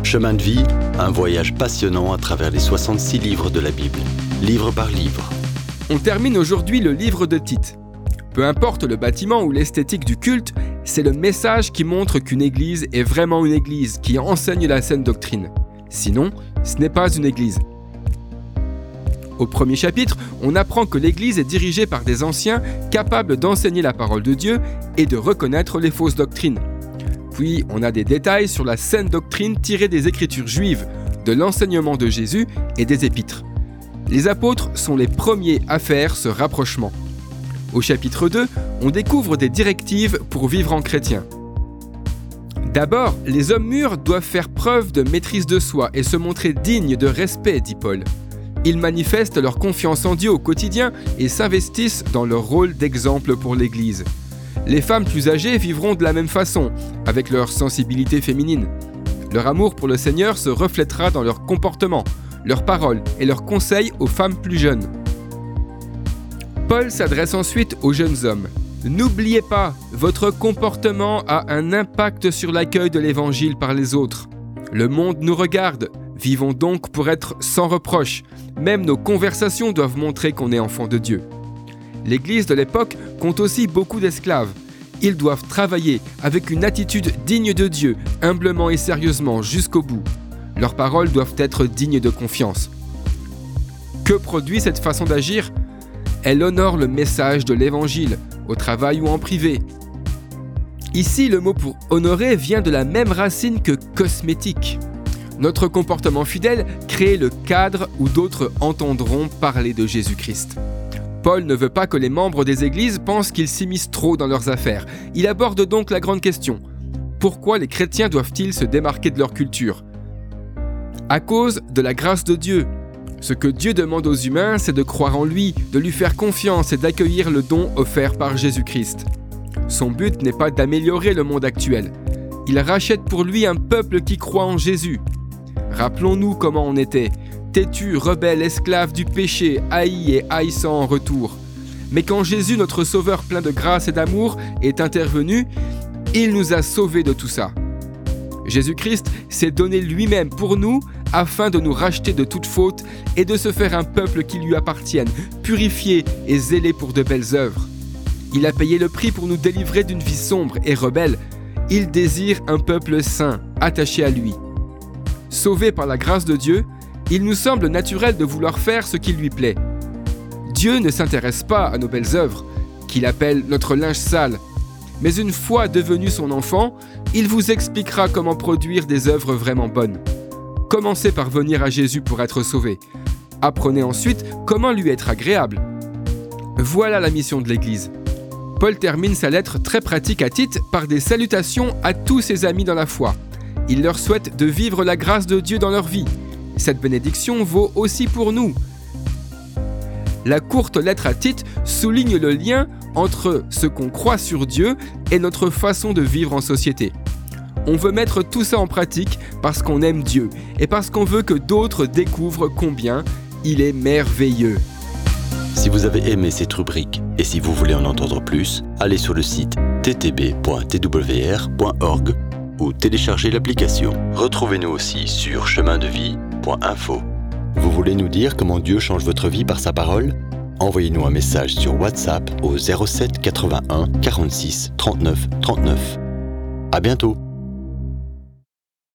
Chemin de vie, un voyage passionnant à travers les 66 livres de la Bible, livre par livre. On termine aujourd'hui le livre de Tite. Peu importe le bâtiment ou l'esthétique du culte, c'est le message qui montre qu'une église est vraiment une église qui enseigne la saine doctrine. Sinon, ce n'est pas une église. Au premier chapitre, on apprend que l'église est dirigée par des anciens capables d'enseigner la parole de Dieu et de reconnaître les fausses doctrines. Puis, on a des détails sur la saine doctrine tirée des Écritures juives, de l'enseignement de Jésus et des épîtres. Les apôtres sont les premiers à faire ce rapprochement. Au chapitre 2, on découvre des directives pour vivre en chrétien. D'abord, les hommes mûrs doivent faire preuve de maîtrise de soi et se montrer dignes de respect, dit Paul. Ils manifestent leur confiance en Dieu au quotidien et s'investissent dans leur rôle d'exemple pour l'Église. Les femmes plus âgées vivront de la même façon, avec leur sensibilité féminine. Leur amour pour le Seigneur se reflètera dans leur comportement, leurs paroles et leurs conseils aux femmes plus jeunes. Paul s'adresse ensuite aux jeunes hommes. N'oubliez pas, votre comportement a un impact sur l'accueil de l'Évangile par les autres. Le monde nous regarde. Vivons donc pour être sans reproche. Même nos conversations doivent montrer qu'on est enfant de Dieu. L'Église de l'époque compte aussi beaucoup d'esclaves. Ils doivent travailler avec une attitude digne de Dieu, humblement et sérieusement, jusqu'au bout. Leurs paroles doivent être dignes de confiance. Que produit cette façon d'agir ? Elle honore le message de l'Évangile, au travail ou en privé. Ici, le mot pour honorer vient de la même racine que cosmétique. Notre comportement fidèle crée le cadre où d'autres entendront parler de Jésus-Christ. Paul ne veut pas que les membres des églises pensent qu'ils s'immiscent trop dans leurs affaires. Il aborde donc la grande question. Pourquoi les chrétiens doivent-ils se démarquer de leur culture ? À cause de la grâce de Dieu. Ce que Dieu demande aux humains, c'est de croire en lui, de lui faire confiance et d'accueillir le don offert par Jésus-Christ. Son but n'est pas d'améliorer le monde actuel. Il rachète pour lui un peuple qui croit en Jésus. Rappelons-nous comment on était, têtus, rebelles, esclaves du péché, haïs et haïssants en retour. Mais quand Jésus, notre Sauveur plein de grâce et d'amour, est intervenu, il nous a sauvés de tout ça. Jésus-Christ s'est donné lui-même pour nous afin de nous racheter de toute faute et de se faire un peuple qui lui appartienne, purifié et zélé pour de belles œuvres. Il a payé le prix pour nous délivrer d'une vie sombre et rebelle. Il désire un peuple saint, attaché à lui. Sauvés par la grâce de Dieu, il nous semble naturel de vouloir faire ce qui lui plaît. Dieu ne s'intéresse pas à nos belles œuvres, qu'il appelle notre linge sale. Mais une fois devenu son enfant, il vous expliquera comment produire des œuvres vraiment bonnes. Commencez par venir à Jésus pour être sauvé. Apprenez ensuite comment lui être agréable. Voilà la mission de l'Église. Paul termine sa lettre très pratique à Tite par des salutations à tous ses amis dans la foi. Il leur souhaite de vivre la grâce de Dieu dans leur vie. Cette bénédiction vaut aussi pour nous. La courte lettre à Tite souligne le lien entre ce qu'on croit sur Dieu et notre façon de vivre en société. On veut mettre tout ça en pratique parce qu'on aime Dieu et parce qu'on veut que d'autres découvrent combien il est merveilleux. Si vous avez aimé cette rubrique et si vous voulez en entendre plus, allez sur le site ttb.twr.org ou téléchargez l'application. Retrouvez-nous aussi sur chemindevie.info. Vous voulez nous dire comment Dieu change votre vie par sa parole ? Envoyez-nous un message sur WhatsApp au 07 81 46 39 39. À bientôt.